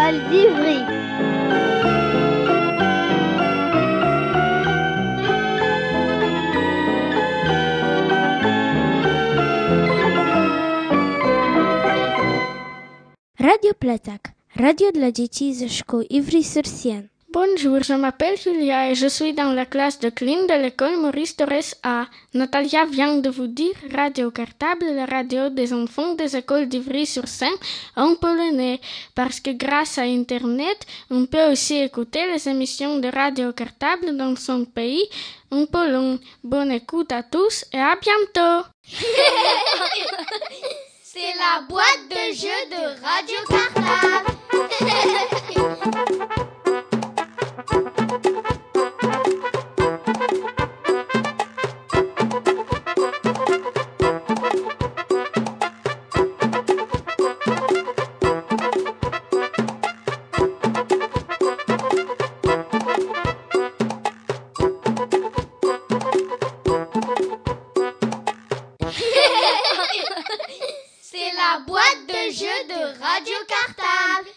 musicale d'Ivry. Radio Plecak, radio dla dzieci ze szkół Ivry-sur-Sienne. Bonjour, je m'appelle Julia et je suis dans la classe de Cline de l'école Maurice Torres A. Natalia vient de vous dire Radio Cartable, la radio des enfants des écoles d'Ivry-sur-Seine en polonais, parce que grâce à Internet, on peut aussi écouter les émissions de Radio Cartable dans son pays, en Pologne. Bonne écoute à tous et à bientôt! C'est la boîte de jeux de Radio Cartable. C'est la boîte de jeux de Radio Cartable.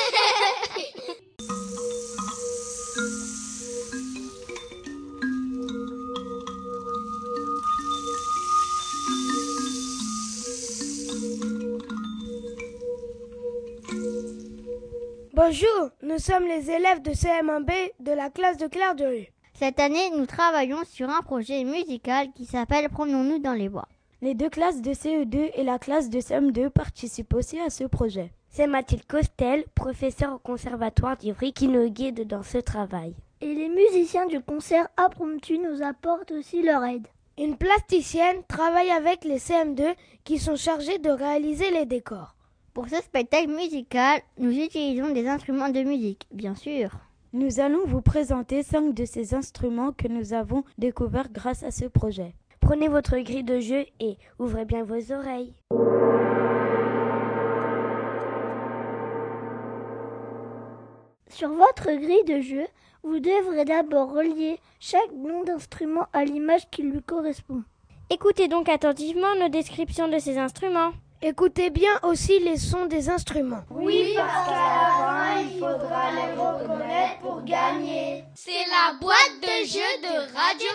Bonjour, nous sommes les élèves de CM1B de la classe de Claire de Rue. Cette année, nous travaillons sur un projet musical qui s'appelle Promenons-nous dans les bois. Les deux classes de CE2 et la classe de CM2 participent aussi à ce projet. C'est Mathilde Costel, professeure au conservatoire d'Ivry, qui nous guide dans ce travail. Et les musiciens du concert Impromptu nous apportent aussi leur aide. Une plasticienne travaille avec les CM2 qui sont chargés de réaliser les décors. Pour ce spectacle musical, nous utilisons des instruments de musique, bien sûr. Nous allons vous présenter 5 de ces instruments que nous avons découverts grâce à ce projet. Prenez votre grille de jeu et ouvrez bien vos oreilles. Sur votre grille de jeu, vous devrez d'abord relier chaque nom d'instrument à l'image qui lui correspond. Écoutez donc attentivement nos descriptions de ces instruments. Écoutez bien aussi les sons des instruments. Oui, parce qu'à la fin, il faudra les reconnaître pour gagner. C'est la boîte de jeux de Radio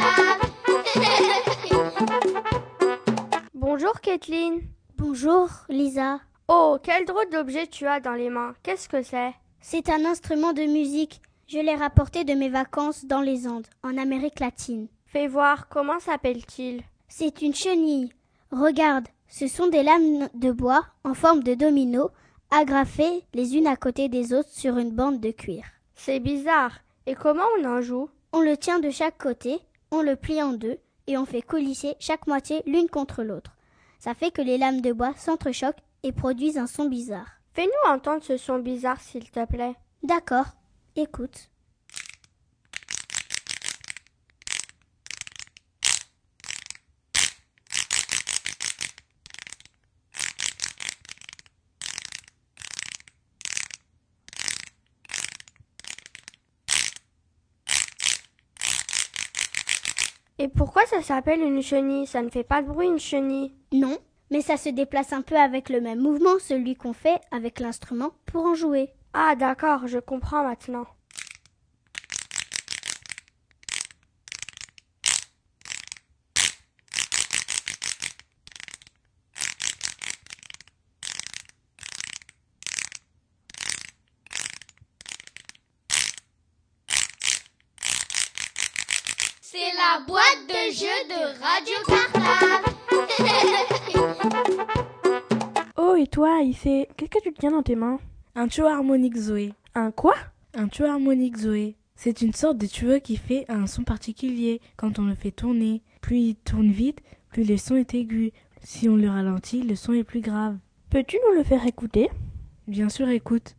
Cartable. Bonjour Kathleen. Bonjour, Lisa. Oh, quel drôle d'objet tu as dans les mains. Qu'est-ce que c'est? C'est un instrument de musique. Je l'ai rapporté de mes vacances dans les Andes, en Amérique latine. Fais voir, comment s'appelle-t-il? C'est une chenille. Regarde, ce sont des lames de bois en forme de domino, agrafées les unes à côté des autres sur une bande de cuir. C'est bizarre. Et comment on en joue? On le tient de chaque côté, on le plie en deux et on fait coulisser chaque moitié l'une contre l'autre. Ça fait que les lames de bois s'entrechoquent et produisent un son bizarre. Fais-nous entendre ce son bizarre, s'il te plaît. D'accord, écoute. Et pourquoi ça s'appelle une chenille? Ça ne fait pas de bruit, une chenille. Non, mais ça se déplace un peu avec le même mouvement, celui qu'on fait avec l'instrument pour en jouer. Ah d'accord, je comprends maintenant. C'est la boîte de jeux de Radio Cartable. Oh, et toi, Issé, qu'est-ce que tu tiens dans tes mains? Un tuyau harmonique Zoé. Un quoi? Un tuyau harmonique Zoé. C'est une sorte de tuyau qui fait un son particulier quand on le fait tourner. Plus il tourne vite, plus le son est aigu. Si on le ralentit, le son est plus grave. Peux-tu nous le faire écouter? Bien sûr, écoute.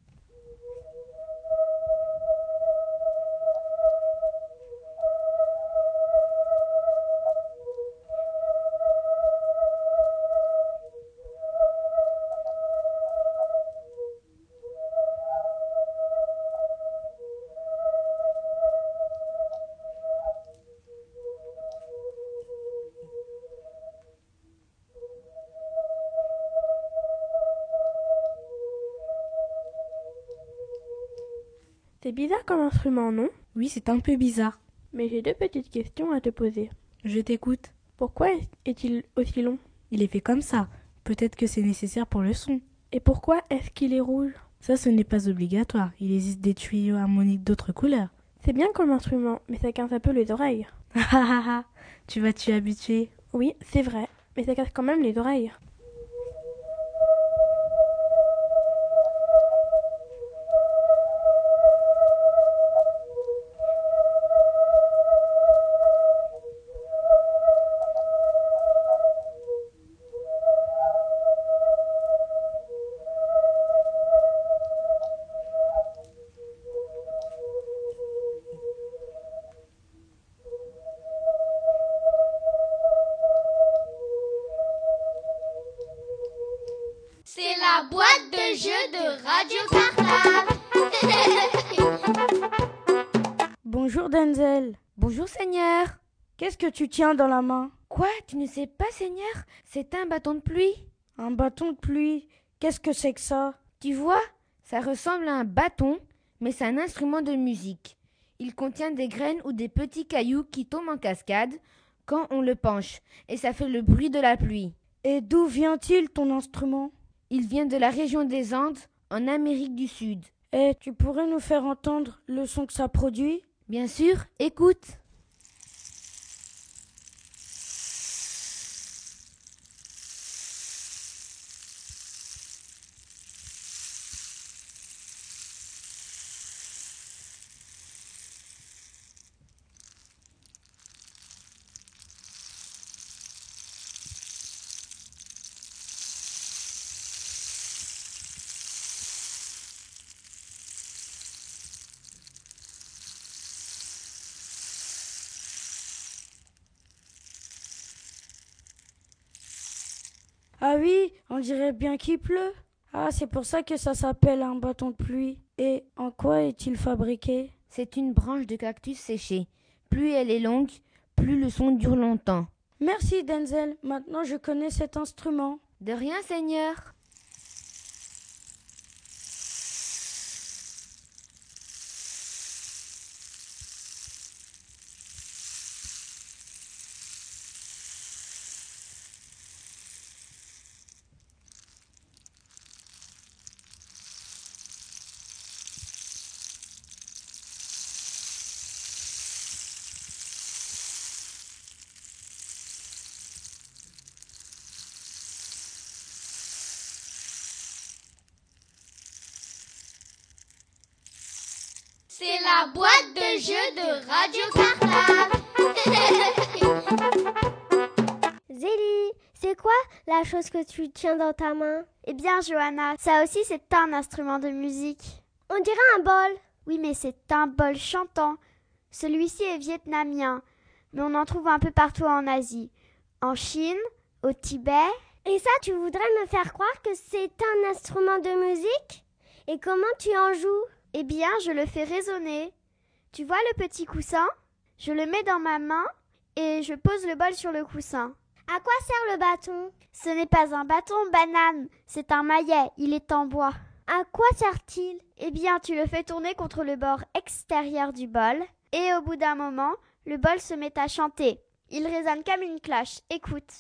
C'est bizarre comme instrument, non? Oui, c'est un peu bizarre. Mais j'ai 2 petites questions à te poser. Je t'écoute. Pourquoi est-il aussi long? Il est fait comme ça. Peut-être que c'est nécessaire pour le son. Et pourquoi est-ce qu'il est rouge? Ça, ce n'est pas obligatoire. Il existe des tuyaux harmoniques d'autres couleurs. C'est bien comme instrument, mais ça casse un peu les oreilles. Tu vas t'y habituer. Oui, c'est vrai, mais ça casse quand même les oreilles. C'est la boîte de jeux de Radio Cartable. Bonjour Denzel. Bonjour Seigneur. Qu'est-ce que tu tiens dans la main? Quoi, tu ne sais pas Seigneur? C'est un bâton de pluie. Un bâton de pluie? Qu'est-ce que c'est que ça? Tu vois, ça ressemble à un bâton, mais c'est un instrument de musique. Il contient des graines ou des petits cailloux qui tombent en cascade quand on le penche, et ça fait le bruit de la pluie. Et d'où vient-il ton instrument? Il vient de la région des Andes, en Amérique du Sud. Et tu pourrais nous faire entendre le son que ça produit? Bien sûr, écoute. Ah oui, on dirait bien qu'il pleut. Ah, c'est pour ça que ça s'appelle un bâton de pluie. Et en quoi est-il fabriqué? C'est une branche de cactus séchée. Plus elle est longue, plus le son dure longtemps. Merci Denzel, maintenant je connais cet instrument. De rien Seigneur. C'est la boîte de jeux de Radio Cartable. Zélie, c'est quoi la chose que tu tiens dans ta main? Eh bien, Johanna, ça aussi c'est un instrument de musique. On dirait un bol. Oui, mais c'est un bol chantant. Celui-ci est vietnamien, mais on en trouve un peu partout en Asie. En Chine, au Tibet. Et ça, tu voudrais me faire croire que c'est un instrument de musique? Et comment tu en joues? Eh bien, je le fais résonner. Tu vois le petit coussin? Je le mets dans ma main et je pose le bol sur le coussin. À quoi sert le bâton? Ce n'est pas un bâton, banane. C'est un maillet. Il est en bois. À quoi sert-il? Eh bien, tu le fais tourner contre le bord extérieur du bol et au bout d'un moment, le bol se met à chanter. Il résonne comme une cloche. Écoute.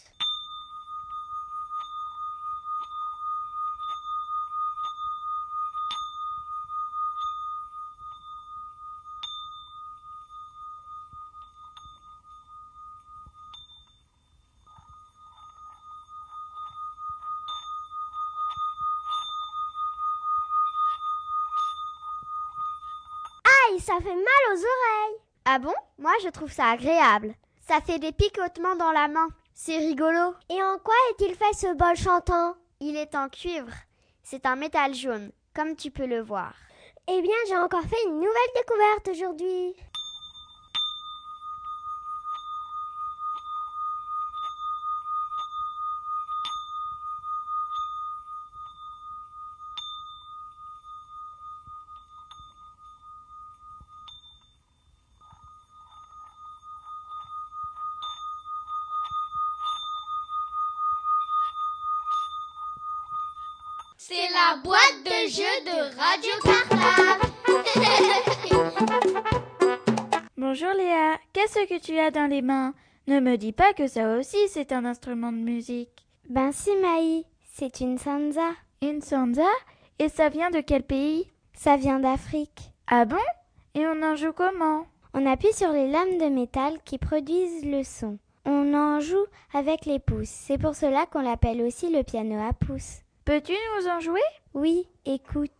Ça fait mal aux oreilles. Ah bon? Moi, je trouve ça agréable. Ça fait des picotements dans la main. C'est rigolo. Et en quoi est-il fait ce bol chantant? Il est en cuivre. C'est un métal jaune, comme tu peux le voir. Eh bien, j'ai encore fait une nouvelle découverte aujourd'hui. C'est la boîte de jeux de Radio Cartable. Bonjour Léa, qu'est-ce que tu as dans les mains? Ne me dis pas que ça aussi c'est un instrument de musique. Ben si Maï, c'est une sanza. Une sanza? Et ça vient de quel pays? Ça vient d'Afrique. Ah bon? Et on en joue comment? On appuie sur les lames de métal qui produisent le son. On en joue avec les pouces. C'est pour cela qu'on l'appelle aussi le piano à pouces. Peux-tu nous en jouer? Oui, écoute.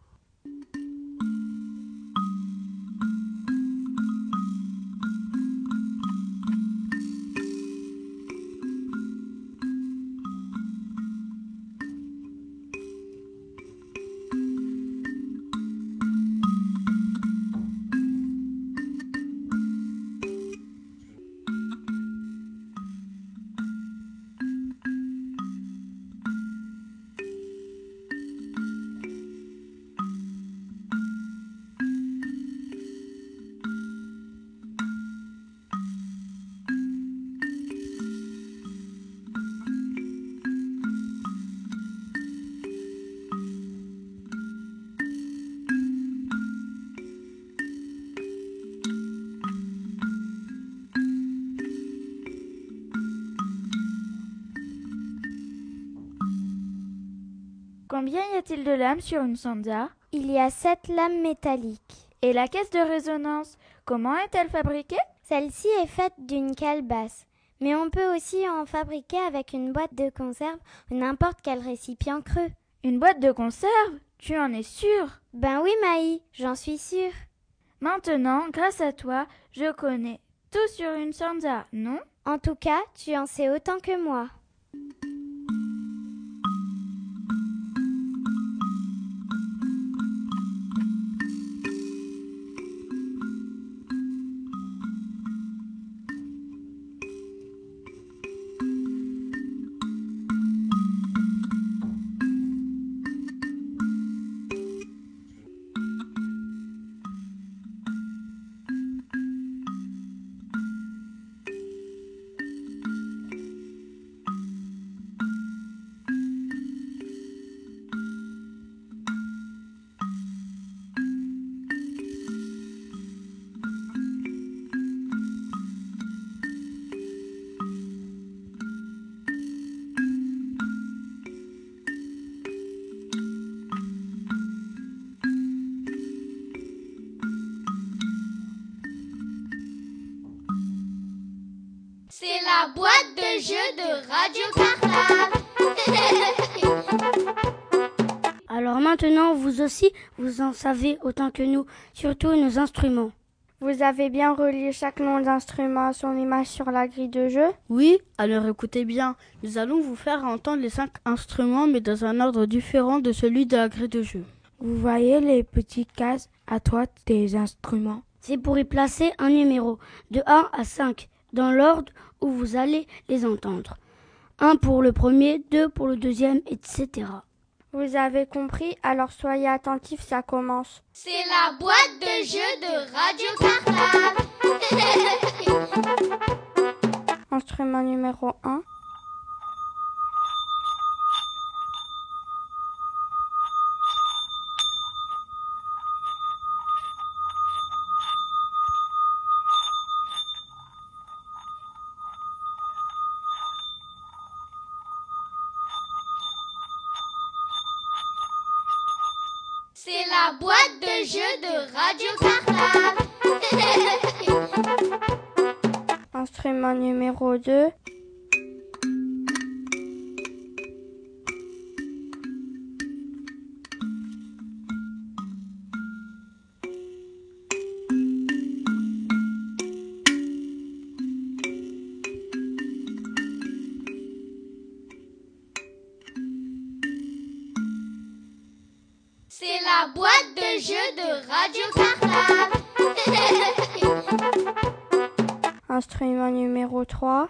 Combien y a-t-il de lames sur une sanza? Il y a 7 lames métalliques. Et la caisse de résonance, comment est-elle fabriquée? Celle-ci est faite d'une calebasse. Mais on peut aussi en fabriquer avec une boîte de conserve ou n'importe quel récipient creux. Une boîte de conserve? Tu en es sûre? Ben oui Maï, j'en suis sûre. Maintenant, grâce à toi, je connais tout sur une sanza, non? En tout cas, tu en sais autant que moi. C'est la boîte de jeu de Radio Cartable. Alors maintenant, vous aussi, vous en savez autant que nous, surtout nos instruments. Vous avez bien relié chaque nom d'instrument à son image sur la grille de jeu? Oui, alors écoutez bien, nous allons vous faire entendre les 5 instruments, mais dans un ordre différent de celui de la grille de jeu. Vous voyez les petites cases à droite des instruments? C'est pour y placer un numéro, de 1 à 5, dans l'ordre où vous allez les entendre. 1 pour le premier, 2 pour le deuxième, etc. Vous avez compris, alors soyez attentifs, ça commence. C'est la boîte de jeu de Radio Cartable. Instrument numéro 1. C'est la boîte de jeu de Radio Cartable. Instrument numéro 2. C'est la boîte de jeu de Radio Cartable. Instrument numéro 3.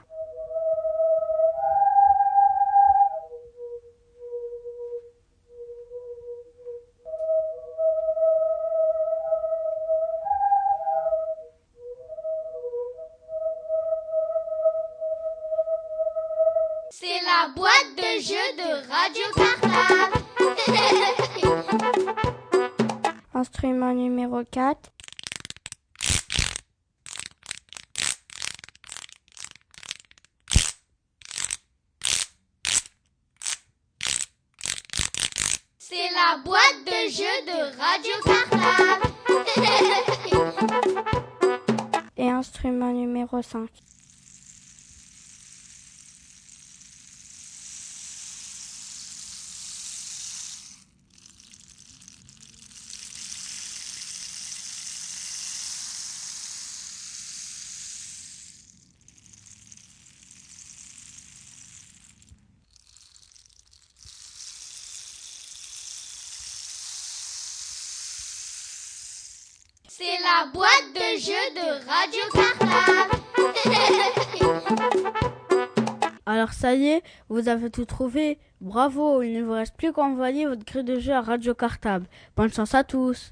C'est la boîte de jeu de Radio Cartable. instrument numéro 4. C'est la boîte de jeu de Radio Cartable. Et instrument numéro 5. C'est la boîte de jeu de Radio Cartable. Alors ça y est, vous avez tout trouvé. Bravo, il ne vous reste plus qu'à envoyer votre grille de jeu à Radio Cartable. Bonne chance à tous.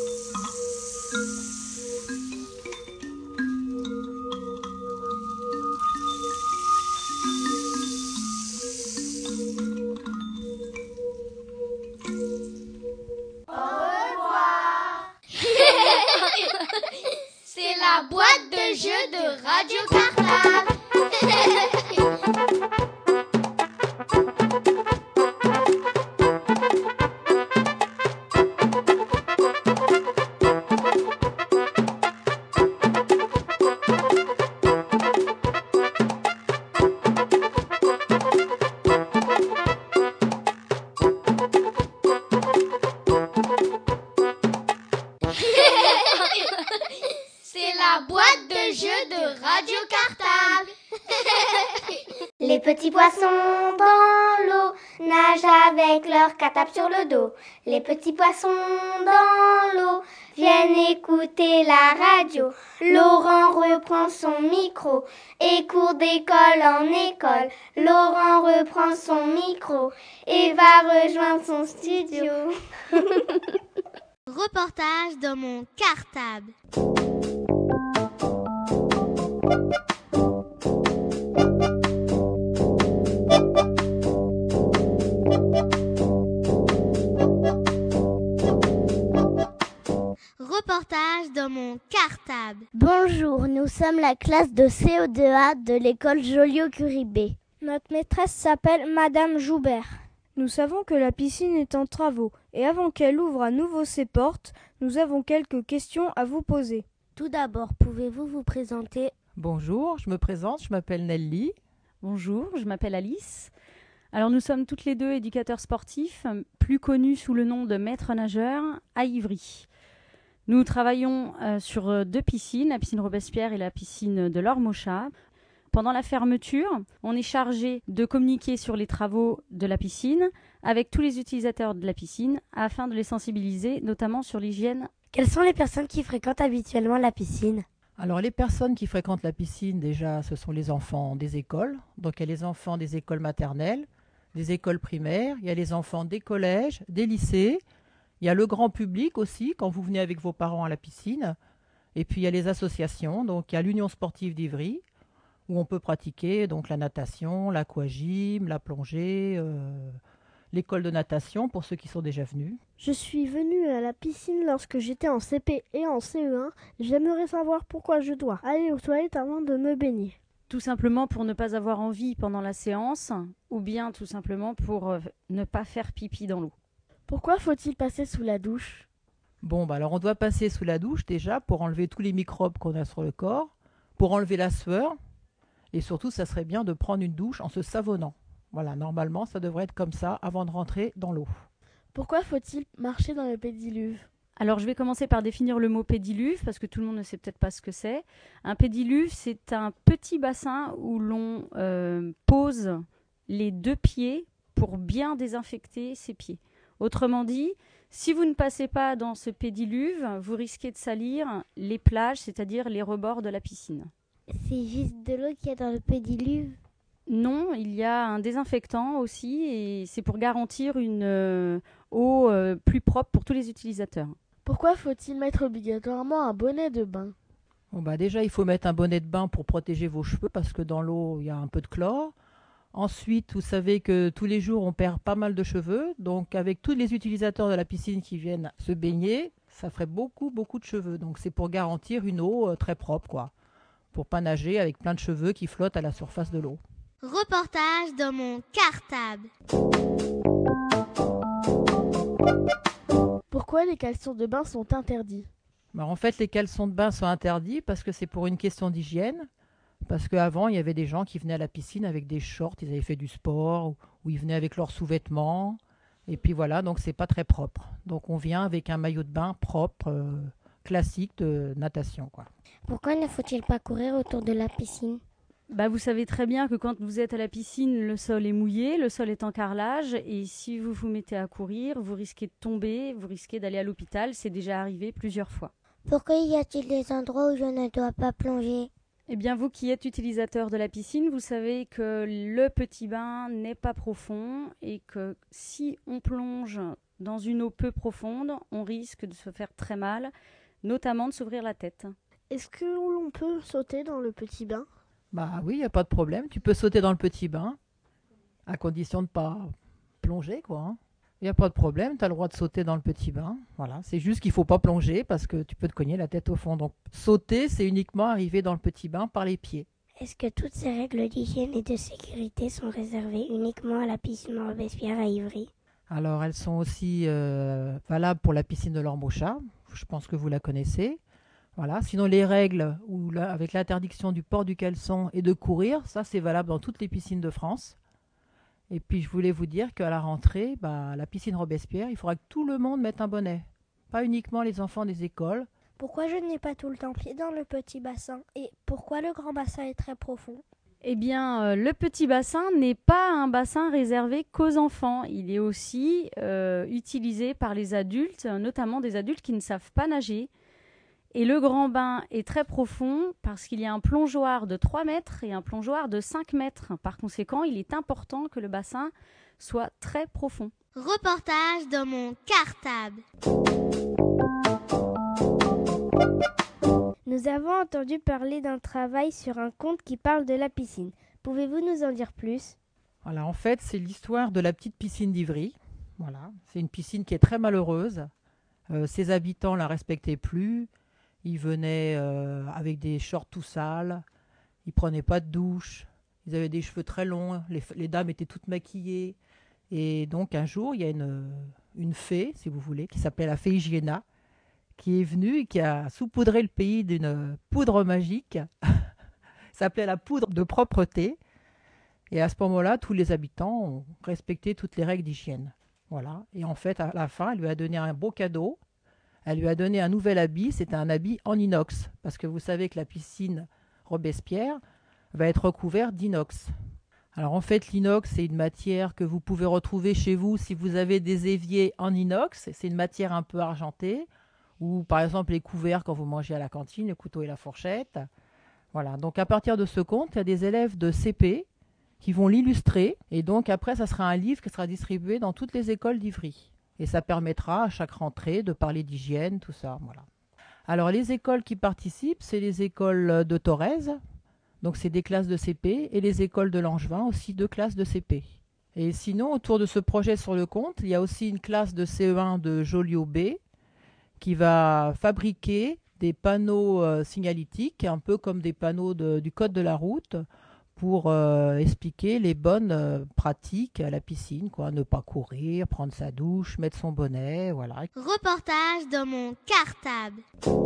C'est la boîte de jeu de Radio Cartable. C'est la boîte de jeu de Radio Cartable. Les petits poissons dans l'eau nagent avec leur cartable sur le dos. Les petits poissons dans l'eau viennent écouter la radio. Laurent reprend son micro et court d'école en école. Laurent reprend son micro et va rejoindre son studio. Reportage dans mon cartable. Reportage dans mon cartable. Bonjour, nous sommes la classe de CO2A de l'école Joliot-Curie-B. Notre maîtresse s'appelle Madame Joubert. Nous savons que la piscine est en travaux et avant qu'elle ouvre à nouveau ses portes, nous avons quelques questions à vous poser. Tout d'abord, pouvez-vous vous présenter? Bonjour, je me présente, je m'appelle Nelly. Bonjour, je m'appelle Alice. Alors nous sommes toutes les deux éducateurs sportifs, plus connus sous le nom de maîtres nageurs à Ivry. Nous travaillons sur 2 piscines, la piscine Robespierre et la piscine de l'Ormochat. Pendant la fermeture, on est chargé de communiquer sur les travaux de la piscine avec tous les utilisateurs de la piscine afin de les sensibiliser, notamment sur l'hygiène. Quelles sont les personnes qui fréquentent habituellement la piscine ? Alors les personnes qui fréquentent la piscine, déjà, ce sont les enfants des écoles. Donc il y a les enfants des écoles maternelles, des écoles primaires, il y a les enfants des collèges, des lycées. Il y a le grand public aussi, quand vous venez avec vos parents à la piscine. Et puis il y a les associations, donc il y a l'Union sportive d'Ivry, où on peut pratiquer donc la natation, l'aquagym, la plongée, l'école de natation pour ceux qui sont déjà venus. Je suis venue à la piscine lorsque j'étais en CP et en CE1. J'aimerais savoir pourquoi je dois aller aux toilettes avant de me baigner. Tout simplement pour ne pas avoir envie pendant la séance, ou bien tout simplement pour ne pas faire pipi dans l'eau. Pourquoi faut-il passer sous la douche ? Bon, alors on doit passer sous la douche déjà pour enlever tous les microbes qu'on a sur le corps, pour enlever la sueur, et surtout ça serait bien de prendre une douche en se savonnant. Voilà, normalement ça devrait être comme ça avant de rentrer dans l'eau. Pourquoi faut-il marcher dans le pédiluve ? Alors je vais commencer par définir le mot pédiluve parce que tout le monde ne sait peut-être pas ce que c'est. Un pédiluve, c'est un petit bassin où l'on pose les 2 pieds pour bien désinfecter ses pieds. Autrement dit, si vous ne passez pas dans ce pédiluve, vous risquez de salir les plages, c'est-à-dire les rebords de la piscine. C'est juste de l'eau qu'il y a dans le pédiluve ? Non, il y a un désinfectant aussi et c'est pour garantir une eau plus propre pour tous les utilisateurs. Pourquoi faut-il mettre obligatoirement un bonnet de bain ? Bon, déjà, il faut mettre un bonnet de bain pour protéger vos cheveux parce que dans l'eau, il y a un peu de chlore. Ensuite, vous savez que tous les jours, on perd pas mal de cheveux. Donc, avec tous les utilisateurs de la piscine qui viennent se baigner, Ça ferait beaucoup, beaucoup de cheveux. Donc c'est pour garantir une eau très propre, quoi. Pour pas nager avec plein de cheveux qui flottent à la surface de l'eau. Reportage dans mon cartable. Pourquoi les caleçons de bain sont interdits? En fait, les caleçons de bain sont interdits parce que c'est pour une question d'hygiène. Parce qu'avant, il y avait des gens qui venaient à la piscine avec des shorts, ils avaient fait du sport, ou ils venaient avec leurs sous-vêtements. Et puis voilà, donc c'est pas très propre. Donc on vient avec un maillot de bain propre, classique de natation, quoi. Pourquoi ne faut-il pas courir autour de la piscine? Vous savez très bien que quand vous êtes à la piscine, le sol est mouillé, le sol est en carrelage, et si vous vous mettez à courir, vous risquez de tomber, vous risquez d'aller à l'hôpital. C'est déjà arrivé plusieurs fois. Pourquoi y a-t-il des endroits où je ne dois pas plonger? Eh bien, vous qui êtes utilisateur de la piscine, vous savez que le petit bain n'est pas profond et que si on plonge dans une eau peu profonde, on risque de se faire très mal, notamment de s'ouvrir la tête. Est-ce que l'on peut sauter dans le petit bain? Oui, il n'y a pas de problème. Tu peux sauter dans le petit bain, à condition de ne pas plonger, quoi. Il n'y a pas de problème, tu as le droit de sauter dans le petit bain. Voilà, c'est juste qu'il ne faut pas plonger parce que tu peux te cogner la tête au fond. Donc sauter, c'est uniquement arriver dans le petit bain par les pieds. Est-ce que toutes ces règles d'hygiène et de sécurité sont réservées uniquement à la piscine Robespierre à Ivry? Alors elles sont aussi valables pour la piscine de l'Ormochat. Je pense que vous la connaissez. Voilà. Sinon les règles avec l'interdiction du port du caleçon et de courir, ça c'est valable dans toutes les piscines de France. Et puis je voulais vous dire qu'à la rentrée, la piscine Robespierre, il faudra que tout le monde mette un bonnet. Pas uniquement les enfants des écoles. Pourquoi je n'ai pas tout le temps pied dans le petit bassin? Et pourquoi le grand bassin est très profond? Eh bien, le petit bassin n'est pas un bassin réservé qu'aux enfants. Il est aussi utilisé par les adultes, notamment des adultes qui ne savent pas nager. Et le grand bain est très profond parce qu'il y a un plongeoir de 3 mètres et un plongeoir de 5 mètres. Par conséquent, il est important que le bassin soit très profond. Reportage dans mon cartable. Nous avons entendu parler d'un travail sur un conte qui parle de la piscine. Pouvez-vous nous en dire plus? Voilà, en fait, c'est l'histoire de la petite piscine d'Ivry. Voilà, c'est une piscine qui est très malheureuse. Ses habitants ne la respectaient plus. Ils venaient avec des shorts tout sales. Ils ne prenaient pas de douche. Ils avaient des cheveux très longs. Les dames étaient toutes maquillées. Et donc, un jour, il y a une fée, si vous voulez, qui s'appelle la fée Hygiéna, qui est venue et qui a saupoudré le pays d'une poudre magique. Ça s'appelait la poudre de propreté. Et à ce moment-là, tous les habitants ont respecté toutes les règles d'hygiène. Voilà. Et en fait, à la fin, elle lui a donné un beau cadeau. Elle lui a donné un nouvel habit. C'était un habit en inox. Parce que vous savez que la piscine Robespierre va être recouverte d'inox. Alors en fait, l'inox, c'est une matière que vous pouvez retrouver chez vous si vous avez des éviers en inox. C'est une matière un peu argentée. Ou par exemple les couverts quand vous mangez à la cantine, le couteau et la fourchette. Voilà. Donc à partir de ce conte, il y a des élèves de CP qui vont l'illustrer. Et donc après, ça sera un livre qui sera distribué dans toutes les écoles d'Ivry. Et ça permettra à chaque rentrée de parler d'hygiène, tout ça. Voilà. Alors les écoles qui participent, c'est les écoles de Thorez. Donc c'est des classes de CP. Et les écoles de Langevin, aussi 2 classes de CP. Et sinon, autour de ce projet sur le conte, il y a aussi une classe de CE1 de Joliot B qui va fabriquer des panneaux signalétiques, un peu comme des panneaux du code de la route, pour expliquer les bonnes pratiques à la piscine, quoi. Ne pas courir, prendre sa douche, mettre son bonnet, voilà. Reportage dans mon cartable.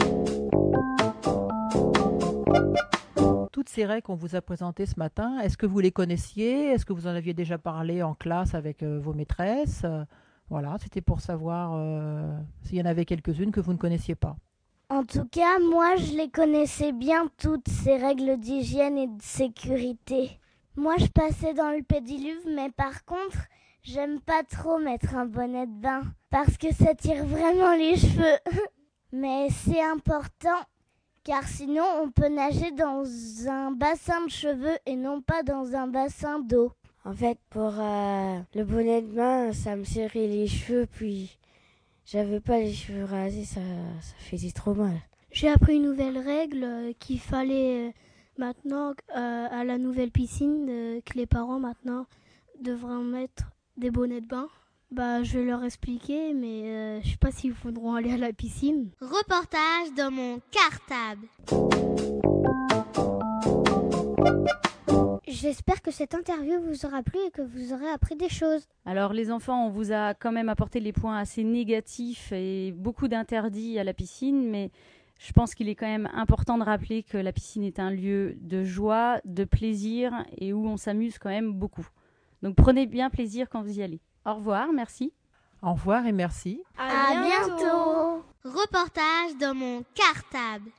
Toutes ces règles qu'on vous a présentées ce matin, est-ce que vous les connaissiez? Est-ce que vous en aviez déjà parlé en classe avec vos maîtresses? Voilà, c'était pour savoir s'il y en avait quelques-unes que vous ne connaissiez pas. En tout cas, moi, je les connaissais bien, toutes ces règles d'hygiène et de sécurité. Moi, je passais dans le pédiluve, mais par contre, j'aime pas trop mettre un bonnet de bain, parce que ça tire vraiment les cheveux. Mais c'est important, car sinon, on peut nager dans un bassin de cheveux et non pas dans un bassin d'eau. En fait, pour le bonnet de bain, ça me serrait les cheveux, puis j'avais pas les cheveux rasés, ça faisait trop mal. J'ai appris une nouvelle règle qu'il fallait maintenant à la nouvelle piscine, que les parents maintenant devraient mettre des bonnets de bain. Je vais leur expliquer, mais je sais pas s'ils voudront aller à la piscine. Reportage dans mon cartable. J'espère que cette interview vous aura plu et que vous aurez appris des choses. Alors les enfants, on vous a quand même apporté les points assez négatifs et beaucoup d'interdits à la piscine, mais je pense qu'il est quand même important de rappeler que la piscine est un lieu de joie, de plaisir et où on s'amuse quand même beaucoup. Donc prenez bien plaisir quand vous y allez. Au revoir, merci. Au revoir et merci. À bientôt. Reportage dans mon cartable.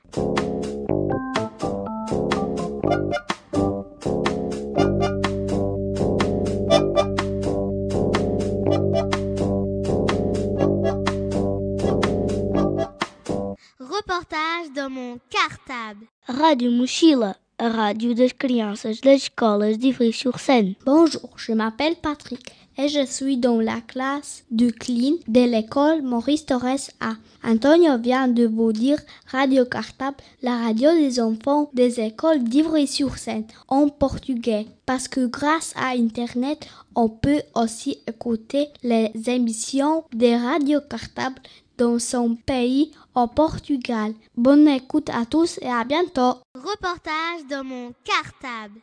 Reportage dans mon cartable. Rádio Mochila, a rádio das crianças das escolas d'Ivry-sur-Seine. Bonjour, je m'appelle Patrick et je suis dans la classe de CLIN de l'école Maurice Thorez A. Antonio vient de vous dire Radio Cartable, la radio des enfants des écoles d'Ivry-sur-Seine en portugais. Parce que grâce à Internet, on peut aussi écouter les émissions de Radio Cartable dans son pays, au Portugal. Bonne écoute à tous et à bientôt. Reportage dans mon cartable.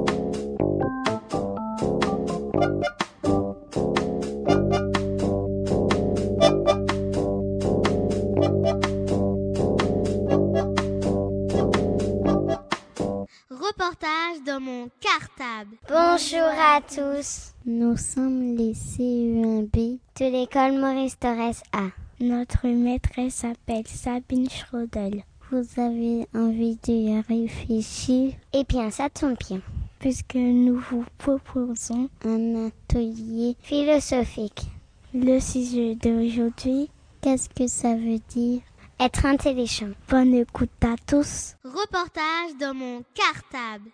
Reportage dans mon cartable. Bonjour à tous. Nous sommes les CE1B de l'école Maurice Thorez A. Notre maîtresse s'appelle Sabine Schrodel. Vous avez envie de réfléchir? Eh bien, ça tombe bien, puisque nous vous proposons un atelier philosophique. Le sujet d'aujourd'hui, qu'est-ce que ça veut dire? Être intelligent. Bonne écoute à tous. Reportage dans mon cartable.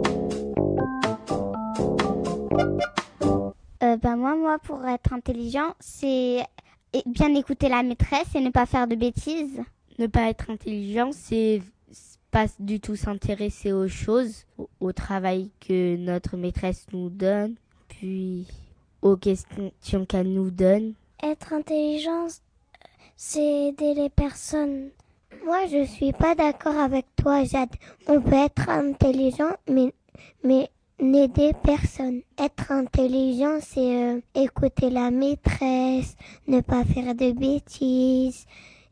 Moi, pour être intelligent, c'est bien écouter la maîtresse et ne pas faire de bêtises. Ne pas être intelligent, c'est pas du tout s'intéresser aux choses, au travail que notre maîtresse nous donne, puis aux questions qu'elle nous donne. Être intelligent, c'est aider les personnes. Moi, je suis pas d'accord avec toi, Jade. On peut être intelligent, mais n'aider personne. Être intelligent, c'est écouter la maîtresse, ne pas faire de bêtises,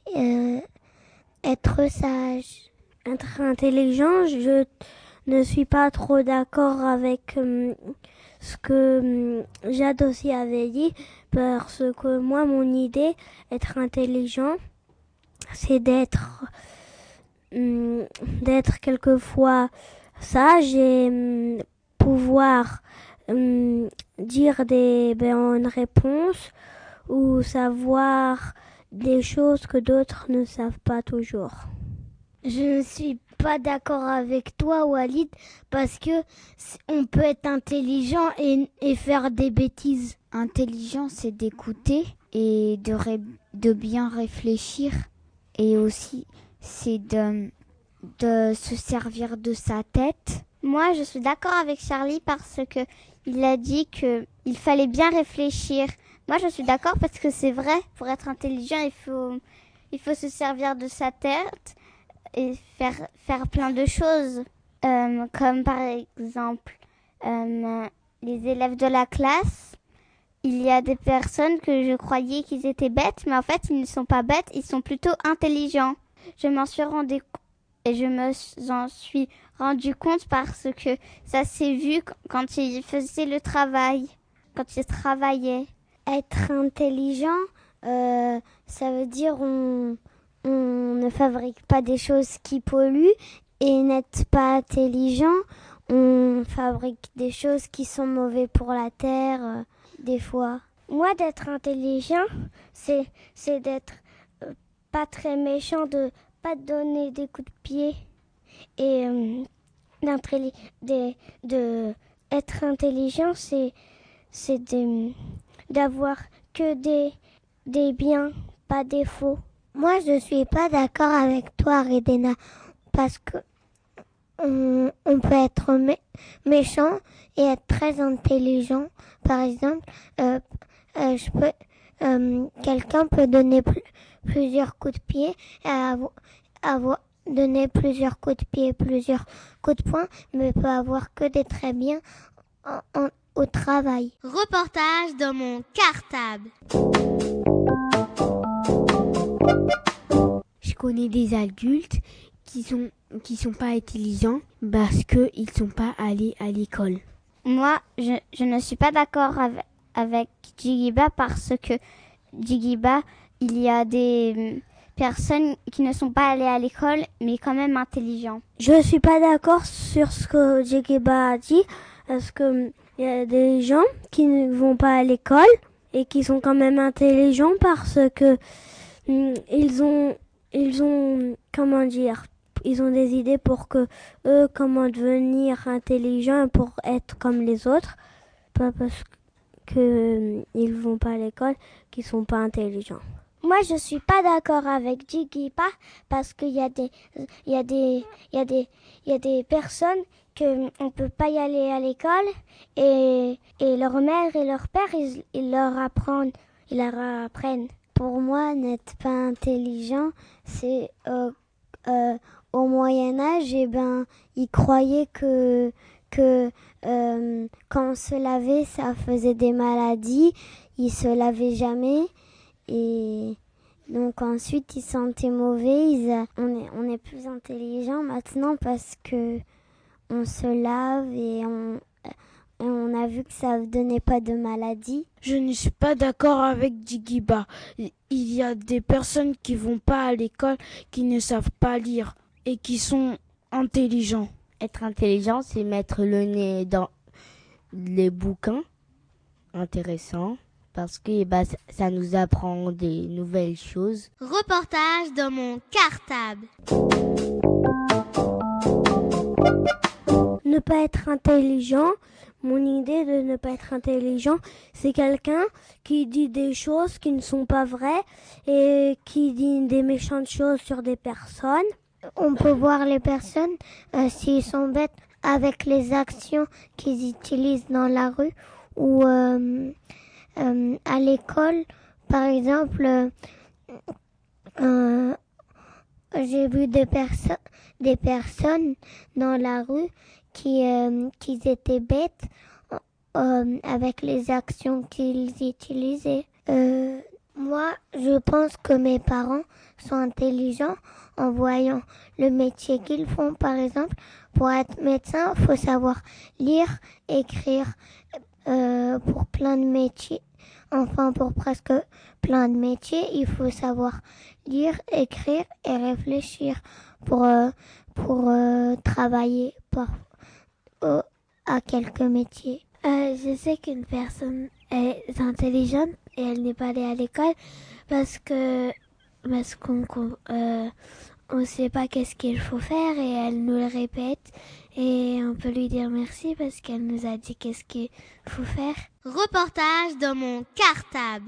être sage. Être intelligent, je ne suis pas trop d'accord avec ce que Jade aussi avait dit, parce que moi, mon idée, être intelligent, c'est d'être quelquefois sage et pouvoir dire des bonnes réponses ou savoir des choses que d'autres ne savent pas toujours. Je ne suis pas d'accord avec toi, Walid, parce que on peut être intelligent et faire des bêtises. Intelligent, c'est d'écouter et de bien réfléchir, et aussi c'est de se servir de sa tête. Moi, je suis d'accord avec Charlie parce que il a dit que il fallait bien réfléchir. Moi, je suis d'accord parce que c'est vrai. Pour être intelligent, il faut se servir de sa tête et faire plein de choses, comme par exemple les élèves de la classe. Il y a des personnes que je croyais qu'ils étaient bêtes, mais en fait, ils ne sont pas bêtes, ils sont plutôt intelligents. Je m'en suis rendu compte parce que ça s'est vu quand ils faisaient le travail, quand ils travaillaient. Être intelligent, ça veut dire on ne fabrique pas des choses qui polluent, et n'être pas intelligent, on fabrique des choses qui sont mauvaises pour la terre, des fois. Moi, d'être intelligent, c'est d'être pas très méchant, de pas donner des coups de pied, et être intelligent, c'est d'avoir que des biens, pas des faux. Moi, je suis pas d'accord avec toi, Redena, parce que on peut être méchant et être très intelligent. Par exemple, quelqu'un peut donner plusieurs coups de pied et donner plusieurs coups de pied, plusieurs coups de poing, mais peut avoir que des très bien au travail. Reportage dans mon cartable. Je connais des adultes qui sont pas intelligents parce que ils sont pas allés à l'école. Moi, je ne suis pas d'accord avec Djigiba parce que Djigiba, il y a des personnes qui ne sont pas allées à l'école mais quand même intelligents. Je suis pas d'accord sur ce que Djigiba a dit parce que il y a des gens qui ne vont pas à l'école et qui sont quand même intelligents parce que ils ont comment dire, ils ont des idées pour que eux comment devenir intelligents pour être comme les autres, pas parce que ils vont pas à l'école qu'ils sont pas intelligents. Moi, je suis pas d'accord avec Djigiba parce qu'il y a des personnes que on peut pas y aller à l'école et leur mère et leur père ils leur apprennent. Pour moi, n'être pas intelligent, c'est au Moyen Âge, ils croyaient que quand on se lavait, ça faisait des maladies. Ils se lavaient jamais et donc ensuite ils sentaient mauvais. On est plus intelligent maintenant parce que on se lave et on a vu que ça ne donnait pas de maladie. Je ne suis pas d'accord avec Djigiba. Il y a des personnes qui vont pas à l'école, qui ne savent pas lire et qui sont intelligents. Être intelligent, c'est mettre le nez dans les bouquins intéressants parce que ça nous apprend des nouvelles choses. Reportage dans mon cartable. Ne pas être intelligent. Mon idée de ne pas être intelligent, c'est quelqu'un qui dit des choses qui ne sont pas vraies et qui dit des méchantes choses sur des personnes. On peut voir les personnes s'ils sont bêtes avec les actions qu'ils utilisent dans la rue ou à l'école. Par exemple, j'ai vu des personnes dans la rue qui étaient bêtes avec les actions qu'ils utilisaient. Moi, je pense que mes parents sont intelligents en voyant le métier qu'ils font. Par exemple, pour être médecin, il faut savoir lire, écrire pour plein de métiers. Enfin, pour presque plein de métiers, il faut savoir lire, écrire et réfléchir pour travailler à quelques métiers. Je sais qu'une personne est intelligente et elle n'est pas allée à l'école parce qu'on ne sait pas qu'est-ce qu'il faut faire et elle nous le répète et on peut lui dire merci parce qu'elle nous a dit qu'est-ce qu'il faut faire. Reportage dans mon cartable.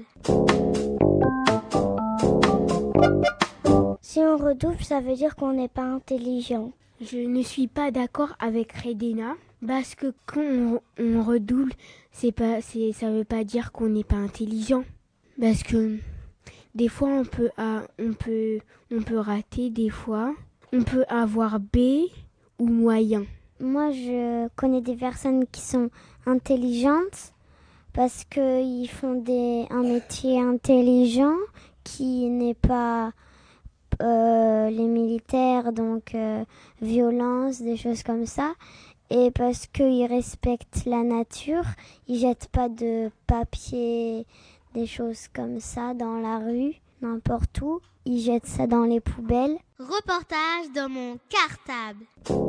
Si on redouble, ça veut dire qu'on n'est pas intelligent. Je ne suis pas d'accord avec Redena parce que quand on redouble, ça veut pas dire qu'on n'est pas intelligent. Parce que des fois on peut rater, des fois on peut avoir B ou moyen. Moi, je connais des personnes qui sont intelligentes parce qu'ils font un métier intelligent qui n'est pas les militaires, donc violence, des choses comme ça. Et parce qu'ils respectent la nature, ils jettent pas de papier, des choses comme ça dans la rue, n'importe où. Ils jettent ça dans les poubelles. Reportage dans mon cartable.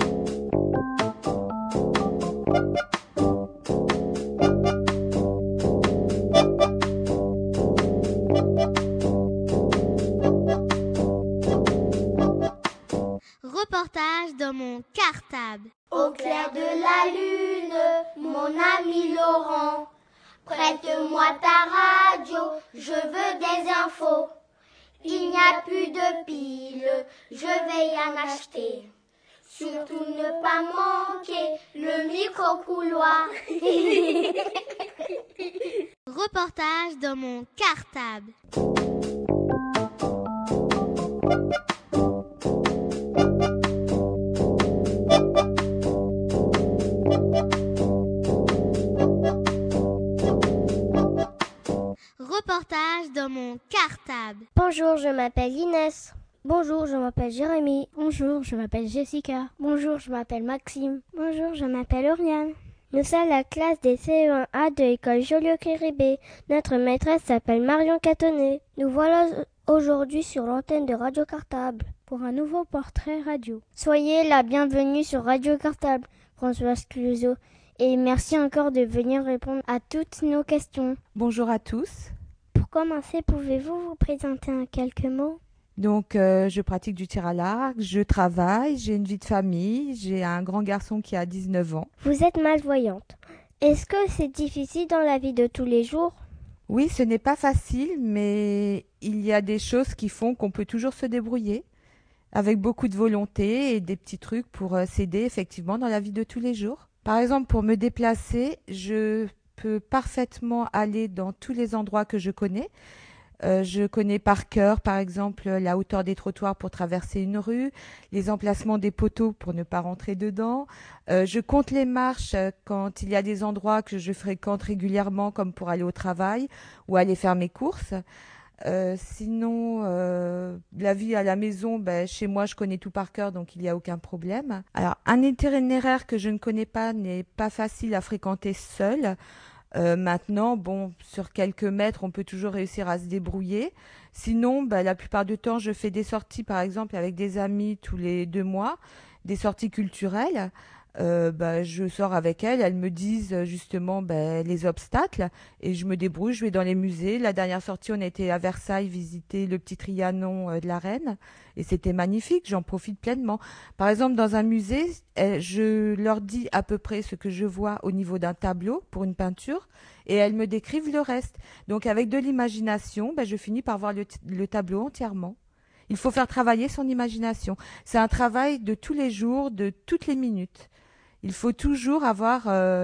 Reportage dans mon cartable. Au clair de la lune, mon ami Laurent, prête-moi ta radio, je veux des infos. Il n'y a plus de piles, je vais y en acheter. Surtout ne pas manquer le micro-couloir. Reportage dans mon cartable. Reportage dans mon cartable. Bonjour, je m'appelle Inès. Bonjour, je m'appelle Jérémy. Bonjour, je m'appelle Jessica. Bonjour, je m'appelle Maxime. Bonjour, je m'appelle Oriane. Nous sommes la classe des CE1A de l'école Joliot-Curie-B. Notre maîtresse s'appelle Marion Catonnet. Nous voilà aujourd'hui sur l'antenne de Radio Cartable pour un nouveau portrait radio. Soyez la bienvenue sur Radio Cartable, Françoise Cluzot. Et merci encore de venir répondre à toutes nos questions. Bonjour à tous. Pour commencer, pouvez-vous vous présenter en quelques mots ? Donc, je pratique du tir à l'arc, je travaille, j'ai une vie de famille, j'ai un grand garçon qui a 19 ans. Vous êtes malvoyante. Est-ce que c'est difficile dans la vie de tous les jours ? Oui, ce n'est pas facile, mais il y a des choses qui font qu'on peut toujours se débrouiller avec beaucoup de volonté et des petits trucs pour s'aider effectivement dans la vie de tous les jours. Par exemple, pour me déplacer, je peux parfaitement aller dans tous les endroits que je connais. Je connais par cœur, par exemple, la hauteur des trottoirs pour traverser une rue, les emplacements des poteaux pour ne pas rentrer dedans. Je compte les marches quand il y a des endroits que je fréquente régulièrement, comme pour aller au travail ou aller faire mes courses. Sinon, la vie à la maison, chez moi, je connais tout par cœur, donc il n'y a aucun problème. Alors, un itinéraire que je ne connais pas n'est pas facile à fréquenter seul. Maintenant, sur quelques mètres, on peut toujours réussir à se débrouiller. Sinon, la plupart du temps, je fais des sorties, par exemple, avec des amis tous les 2 mois, des sorties culturelles. Je sors avec elles me disent justement les obstacles et je me débrouille, je vais dans les musées. La dernière sortie, on a été à Versailles visiter le petit Trianon de la Reine et c'était magnifique, j'en profite pleinement. Par exemple, dans un musée, je leur dis à peu près ce que je vois au niveau d'un tableau pour une peinture et elles me décrivent le reste. Donc avec de l'imagination, je finis par voir le tableau entièrement. Il faut faire travailler son imagination. C'est un travail de tous les jours, de toutes les minutes. Il faut toujours avoir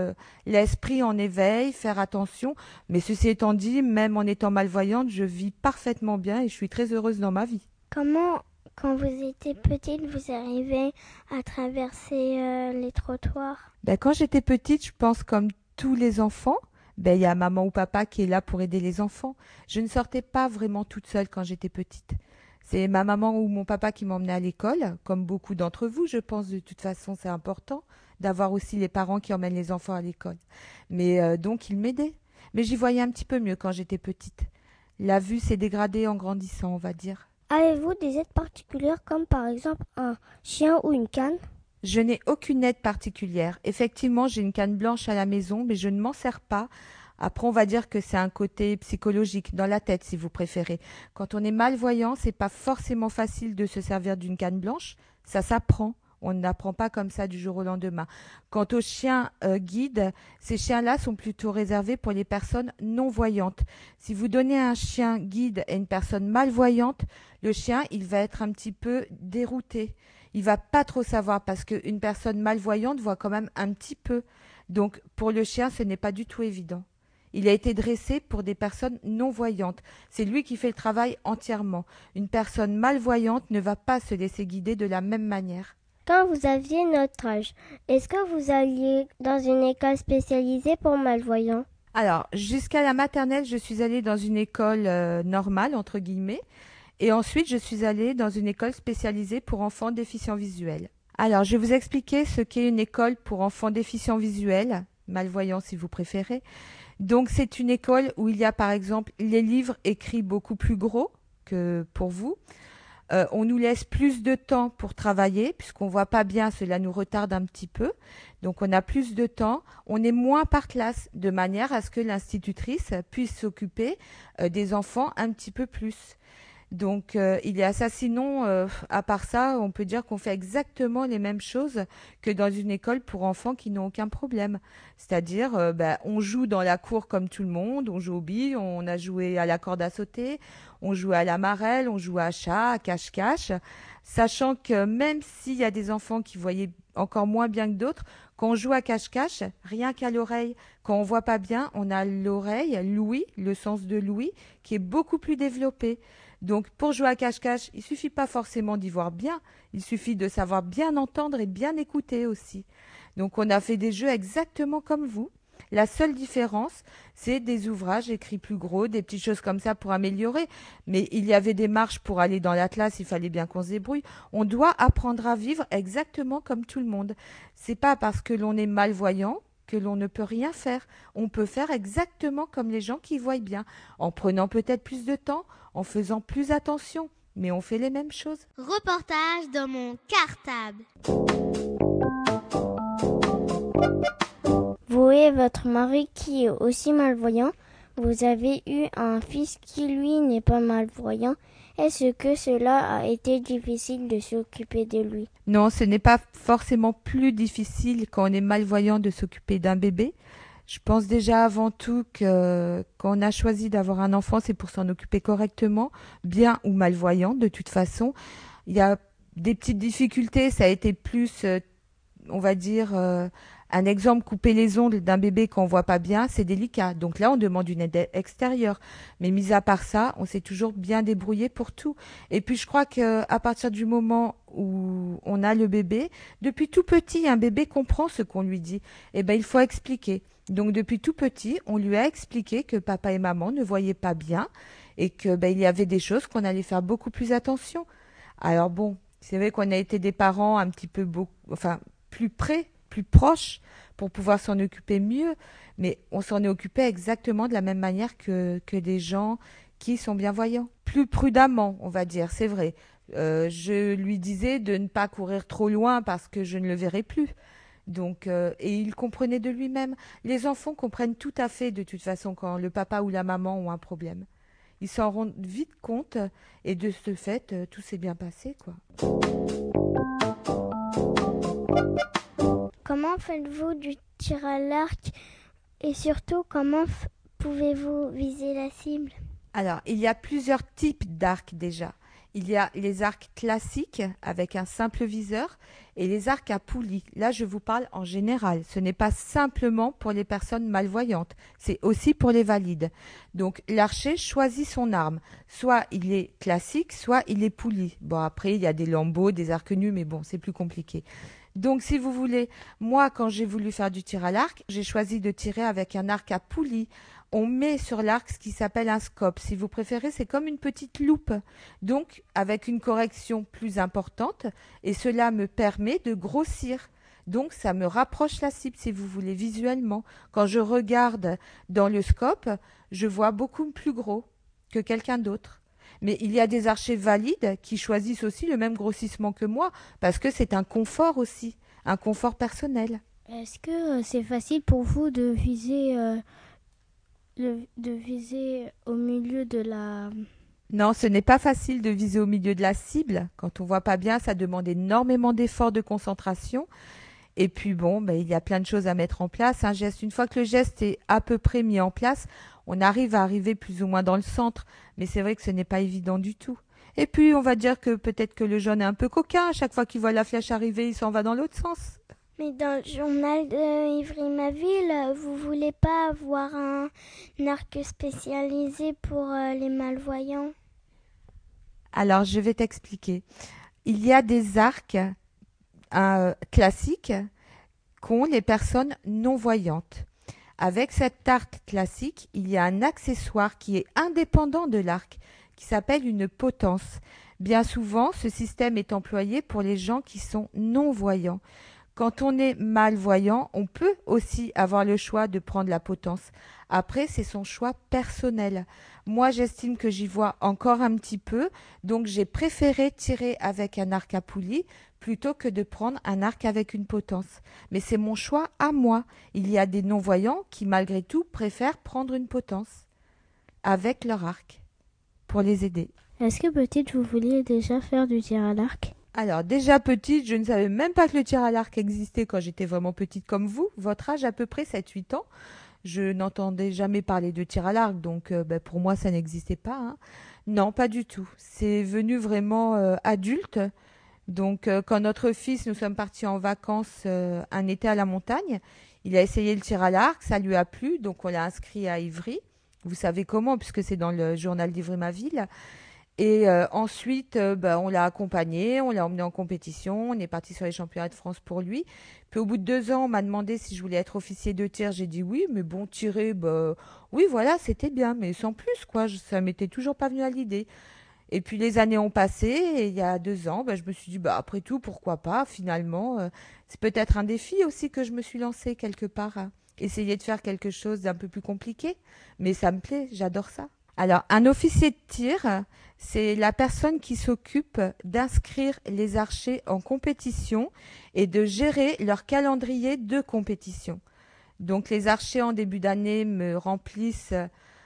l'esprit en éveil, faire attention. Mais ceci étant dit, même en étant malvoyante, je vis parfaitement bien et je suis très heureuse dans ma vie. Comment, quand vous étiez petite, vous arrivez à traverser les trottoirs ? Quand j'étais petite, je pense comme tous les enfants, il y a maman ou papa qui est là pour aider les enfants. Je ne sortais pas vraiment toute seule quand j'étais petite. C'est ma maman ou mon papa qui m'emmenait à l'école, comme beaucoup d'entre vous, je pense. De toute façon, c'est important d'avoir aussi les parents qui emmènent les enfants à l'école. Mais donc, ils m'aidaient. Mais j'y voyais un petit peu mieux quand j'étais petite. La vue s'est dégradée en grandissant, on va dire. Avez-vous des aides particulières, comme par exemple un chien ou une canne ? Je n'ai aucune aide particulière. Effectivement, j'ai une canne blanche à la maison, mais je ne m'en sers pas. Après, on va dire que c'est un côté psychologique, dans la tête si vous préférez. Quand on est malvoyant, c'est pas forcément facile de se servir d'une canne blanche. Ça s'apprend. On n'apprend pas comme ça du jour au lendemain. Quant aux chiens guides, ces chiens-là sont plutôt réservés pour les personnes non-voyantes. Si vous donnez un chien guide à une personne malvoyante, le chien, il va être un petit peu dérouté. Il va pas trop savoir parce qu'une personne malvoyante voit quand même un petit peu. Donc, pour le chien, ce n'est pas du tout évident. Il a été dressé pour des personnes non-voyantes. C'est lui qui fait le travail entièrement. Une personne malvoyante ne va pas se laisser guider de la même manière. Quand vous aviez notre âge, est-ce que vous alliez dans une école spécialisée pour malvoyants ? Alors, jusqu'à la maternelle, je suis allée dans une école normale, entre guillemets. Et ensuite, je suis allée dans une école spécialisée pour enfants déficients visuels. Alors, je vais vous expliquer ce qu'est une école pour enfants déficients visuels, malvoyants si vous préférez. Donc, c'est une école où il y a, par exemple, les livres écrits beaucoup plus gros que pour vous. On nous laisse plus de temps pour travailler, puisqu'on ne voit pas bien, cela nous retarde un petit peu. Donc, on a plus de temps. On est moins par classe, de manière à ce que l'institutrice puisse s'occuper des enfants un petit peu plus. Donc il y a ça. Sinon, à part ça, on peut dire qu'on fait exactement les mêmes choses que dans une école pour enfants qui n'ont aucun problème. C'est-à-dire, on joue dans la cour comme tout le monde, on joue aux billes, on a joué à la corde à sauter, on joue à la marelle, on joue à chat, à cache-cache, sachant que même s'il y a des enfants qui voyaient encore moins bien que d'autres, quand on joue à cache-cache, rien qu'à l'oreille, quand on voit pas bien, on a l'oreille, l'ouïe, le sens de l'ouïe, qui est beaucoup plus développé. Donc, pour jouer à cache-cache, il suffit pas forcément d'y voir bien, il suffit de savoir bien entendre et bien écouter aussi. Donc, on a fait des jeux exactement comme vous. La seule différence, c'est des ouvrages écrits plus gros, des petites choses comme ça pour améliorer. Mais il y avait des marches pour aller dans la classe, il fallait bien qu'on se débrouille. On doit apprendre à vivre exactement comme tout le monde. C'est pas parce que l'on est malvoyant que l'on ne peut rien faire. On peut faire exactement comme les gens qui voient bien, en prenant peut-être plus de temps, en faisant plus attention, mais on fait les mêmes choses. Reportage dans mon cartable. Vous et votre mari qui est aussi malvoyant, vous avez eu un fils qui lui n'est pas malvoyant. Est-ce que cela a été difficile de s'occuper de lui? Non, ce n'est pas forcément plus difficile quand on est malvoyant de s'occuper d'un bébé. Je pense déjà avant tout que quand on a choisi d'avoir un enfant, c'est pour s'en occuper correctement, bien ou malvoyant de toute façon. Il y a des petites difficultés, ça a été plus, on va dire, un exemple, couper les ongles d'un bébé quand on voit pas bien, c'est délicat. Donc là, on demande une aide extérieure. Mais mis à part ça, on s'est toujours bien débrouillé pour tout. Et puis, je crois qu'à partir du moment où on a le bébé, depuis tout petit, un bébé comprend ce qu'on lui dit. Eh ben, il faut expliquer. Donc, depuis tout petit, on lui a expliqué que papa et maman ne voyaient pas bien et que, il y avait des choses qu'on allait faire beaucoup plus attention. Alors bon, c'est vrai qu'on a été des parents un petit peu plus près, plus proches pour pouvoir s'en occuper mieux, mais on s'en est occupé exactement de la même manière que des gens qui sont bienvoyants. Plus prudemment, on va dire, c'est vrai. Je lui disais de ne pas courir trop loin parce que je ne le verrais plus. Donc, et il comprenait de lui-même. Les enfants comprennent tout à fait de toute façon quand le papa ou la maman ont un problème. Ils s'en rendent vite compte et de ce fait, tout s'est bien passé, quoi. Comment faites-vous du tir à l'arc et surtout comment pouvez-vous viser la cible? Alors, il y a plusieurs types d'arcs déjà. Il y a les arcs classiques avec un simple viseur et les arcs à poulie. Là, je vous parle en général. Ce n'est pas simplement pour les personnes malvoyantes, c'est aussi pour les valides. Donc, l'archer choisit son arme. Soit il est classique, soit il est pouli. Bon, après, il y a des lambeaux, des arcs nus, mais bon, c'est plus compliqué. Donc, si vous voulez, moi, quand j'ai voulu faire du tir à l'arc, j'ai choisi de tirer avec un arc à poulie. On met sur l'arc ce qui s'appelle un scope. Si vous préférez, c'est comme une petite loupe. Donc, avec une correction plus importante, et cela me permet de grossir. Donc, ça me rapproche la cible, si vous voulez, visuellement. Quand je regarde dans le scope, je vois beaucoup plus gros que quelqu'un d'autre. Mais il y a des archers valides qui choisissent aussi le même grossissement que moi, parce que c'est un confort aussi, un confort personnel. Est-ce que c'est facile pour vous de viser au milieu de la... Non, ce n'est pas facile de viser au milieu de la cible. Quand on voit pas bien, ça demande énormément d'efforts de concentration. Et puis bon, il y a plein de choses à mettre en place. Un geste, une fois que le geste est à peu près mis en place, on arrive à arriver plus ou moins dans le centre. Mais c'est vrai que ce n'est pas évident du tout. Et puis, on va dire que peut-être que le jaune est un peu coquin. À chaque fois qu'il voit la flèche arriver, il s'en va dans l'autre sens. Mais dans le journal de Ivry-ma-Ville, vous voulez pas avoir un arc spécialisé pour les malvoyants? Alors, je vais t'expliquer. Il y a des arcs classiques qu'ont les personnes non-voyantes. Avec cet arc classique, il y a un accessoire qui est indépendant de l'arc, qui s'appelle une potence. Bien souvent, ce système est employé pour les gens qui sont non-voyants. Quand on est malvoyant, on peut aussi avoir le choix de prendre la potence. Après, c'est son choix personnel. Moi, j'estime que j'y vois encore un petit peu, donc j'ai préféré tirer avec un arc à poulie plutôt que de prendre un arc avec une potence. Mais c'est mon choix à moi. Il y a des non-voyants qui, malgré tout, préfèrent prendre une potence avec leur arc pour les aider. Est-ce que petite, vous vouliez déjà faire du tir à l'arc? Alors déjà petite, je ne savais même pas que le tir à l'arc existait quand j'étais vraiment petite comme vous. Votre âge à peu près 7-8 ans. Je n'entendais jamais parler de tir à l'arc, donc pour moi ça n'existait pas. Hein. Non, pas du tout. C'est venu vraiment adulte. Donc quand notre fils, nous sommes partis en vacances un été à la montagne, il a essayé le tir à l'arc, ça lui a plu, donc on l'a inscrit à Ivry. Vous savez comment, puisque c'est dans le journal d'Ivry-ma-Ville. Et ensuite, on l'a accompagné, on l'a emmené en compétition, on est parti sur les championnats de France pour lui. Puis au bout de 2 ans, on m'a demandé si je voulais être officier de tir. J'ai dit oui, mais bon, tirer, oui, voilà, c'était bien, mais sans plus, quoi. Ça m'était toujours pas venu à l'idée. Et puis les années ont passé, et il y a 2 ans, je me suis dit, après tout, pourquoi pas, finalement. C'est peut-être un défi aussi que je me suis lancé quelque part, hein. Essayer de faire quelque chose d'un peu plus compliqué, mais ça me plaît, j'adore ça. Alors, un officier de tir, c'est la personne qui s'occupe d'inscrire les archers en compétition et de gérer leur calendrier de compétition. Donc, les archers en début d'année me remplissent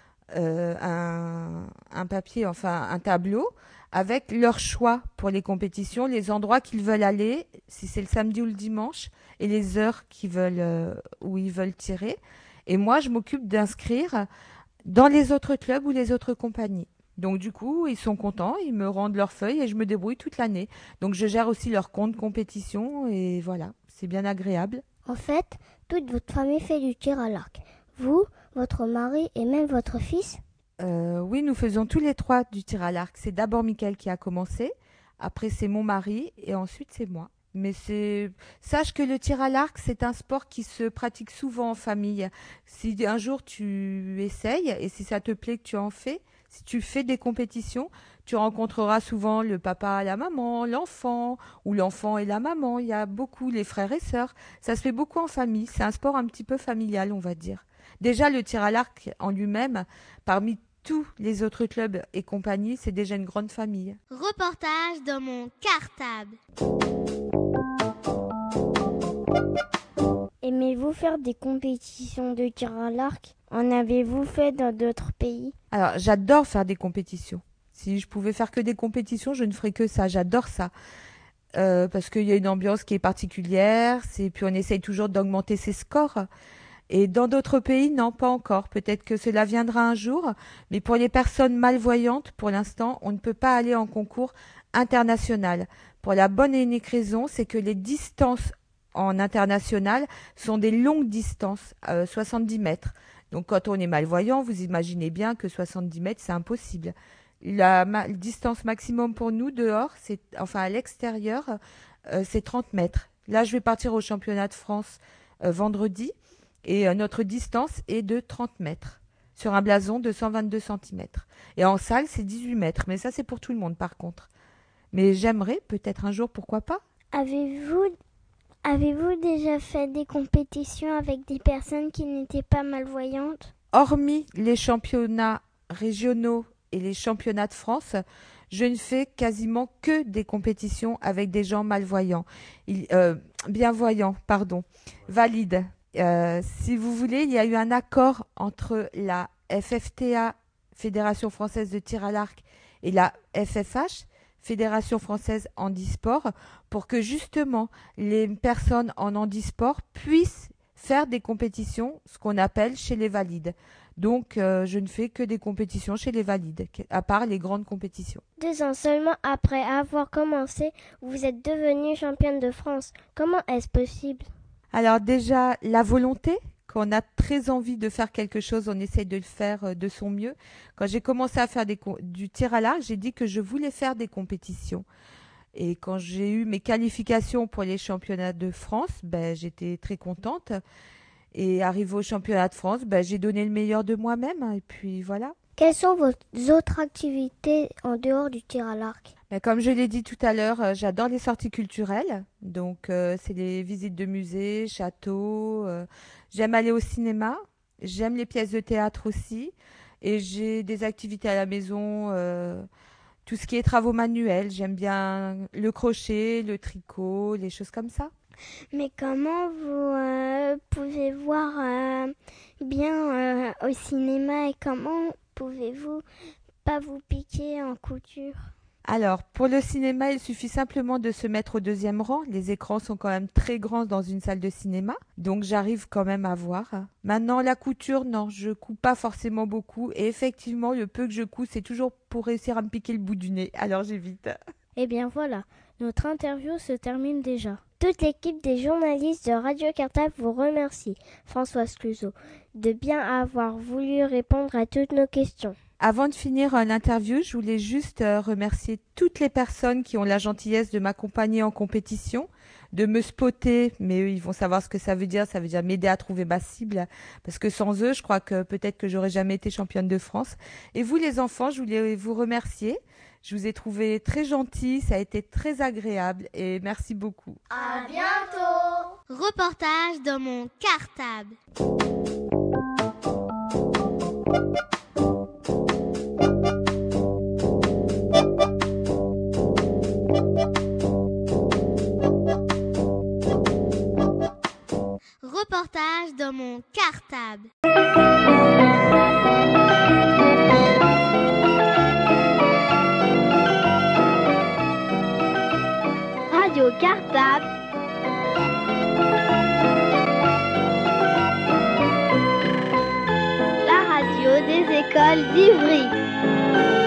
un papier, enfin un tableau, avec leur choix pour les compétitions, les endroits qu'ils veulent aller, si c'est le samedi ou le dimanche, et les heures où ils veulent tirer. Et moi, je m'occupe d'inscrire dans les autres clubs ou les autres compagnies. Donc du coup, ils sont contents, ils me rendent leurs feuilles et je me débrouille toute l'année. Donc je gère aussi leur compte compétition et voilà, c'est bien agréable. En fait, toute votre famille fait du tir à l'arc. Vous, votre mari et même votre fils? Oui, nous faisons tous les 3 du tir à l'arc. C'est d'abord Mickaël qui a commencé, après c'est mon mari et ensuite c'est moi. Mais sache que le tir à l'arc, c'est un sport qui se pratique souvent en famille. Si un jour tu essayes et si ça te plaît que tu en fais, si tu fais des compétitions, tu rencontreras souvent le papa, la maman, l'enfant ou l'enfant et la maman. Il y a beaucoup les frères et sœurs. Ça se fait beaucoup en famille. C'est un sport un petit peu familial, on va dire. Déjà, le tir à l'arc en lui-même, parmi tous les autres clubs et compagnies, c'est déjà une grande famille. Reportage dans mon cartable. Aimez-vous faire des compétitions de tir à l'arc? En avez-vous fait dans d'autres pays? Alors, j'adore faire des compétitions. Si je pouvais faire que des compétitions, je ne ferais que ça. J'adore ça. Parce qu'il y a une ambiance qui est particulière. Puis on essaye toujours d'augmenter ses scores. Et dans d'autres pays, non, pas encore. Peut-être que cela viendra un jour. Mais pour les personnes malvoyantes, pour l'instant, on ne peut pas aller en concours international. Pour la bonne et unique raison, c'est que les distances en international sont des longues distances, 70 mètres. Donc quand on est malvoyant, vous imaginez bien que 70 mètres, c'est impossible. La distance maximum pour nous dehors, à l'extérieur, c'est 30 mètres. Là, je vais partir au championnat de France vendredi et notre distance est de 30 mètres sur un blason de 122 cm. Et en salle, c'est 18 mètres. Mais ça, c'est pour tout le monde par contre. Mais j'aimerais peut-être un jour, pourquoi pas. Avez-vous déjà fait des compétitions avec des personnes qui n'étaient pas malvoyantes? Hormis les championnats régionaux et les championnats de France, je ne fais quasiment que des compétitions avec des gens malvoyants. Bienvoyants, pardon. Valides. Si vous voulez, il y a eu un accord entre la FFTA, Fédération française de tir à l'arc, et la FFH, Fédération française handisport, pour que justement les personnes en handisport puissent faire des compétitions, ce qu'on appelle chez les valides. Donc, je ne fais que des compétitions chez les valides, à part les grandes compétitions. 2 ans seulement après avoir commencé, vous êtes devenue championne de France. Comment est-ce possible? Alors déjà, la volonté. Quand on a très envie de faire quelque chose, on essaye de le faire de son mieux. Quand j'ai commencé à faire du tir à l'arc, j'ai dit que je voulais faire des compétitions. Et quand j'ai eu mes qualifications pour les championnats de France, j'étais très contente. Et arrivé au championnat de France, j'ai donné le meilleur de moi-même. Et puis voilà. Quelles sont vos autres activités en dehors du tir à l'arc? Comme je l'ai dit tout à l'heure, j'adore les sorties culturelles. Donc, c'est les visites de musées, châteaux. J'aime aller au cinéma. J'aime les pièces de théâtre aussi. Et j'ai des activités à la maison, tout ce qui est travaux manuels. J'aime bien le crochet, le tricot, les choses comme ça. Mais comment vous pouvez voir bien au cinéma et comment pouvez-vous pas vous piquer en couture? Alors, pour le cinéma, il suffit simplement de se mettre au deuxième rang. Les écrans sont quand même très grands dans une salle de cinéma, donc j'arrive quand même à voir. Maintenant, la couture, non, je couds pas forcément beaucoup. Et effectivement, le peu que je couds, c'est toujours pour réussir à me piquer le bout du nez. Alors j'évite. Eh bien voilà, notre interview se termine déjà. Toute l'équipe des journalistes de Radio Cartable vous remercie, Françoise Cluzot, de bien avoir voulu répondre à toutes nos questions. Avant de finir l'interview, je voulais juste remercier toutes les personnes qui ont la gentillesse de m'accompagner en compétition, de me spotter, mais eux, ils vont savoir ce que ça veut dire m'aider à trouver ma cible, parce que sans eux, je crois que peut-être que j'aurais jamais été championne de France. Et vous les enfants, je voulais vous remercier. Je vous ai trouvé très gentils, ça a été très agréable et merci beaucoup. À bientôt. Reportage dans mon cartable. Reportage dans mon cartable. Radio Cartable. La radio des écoles d'Ivry.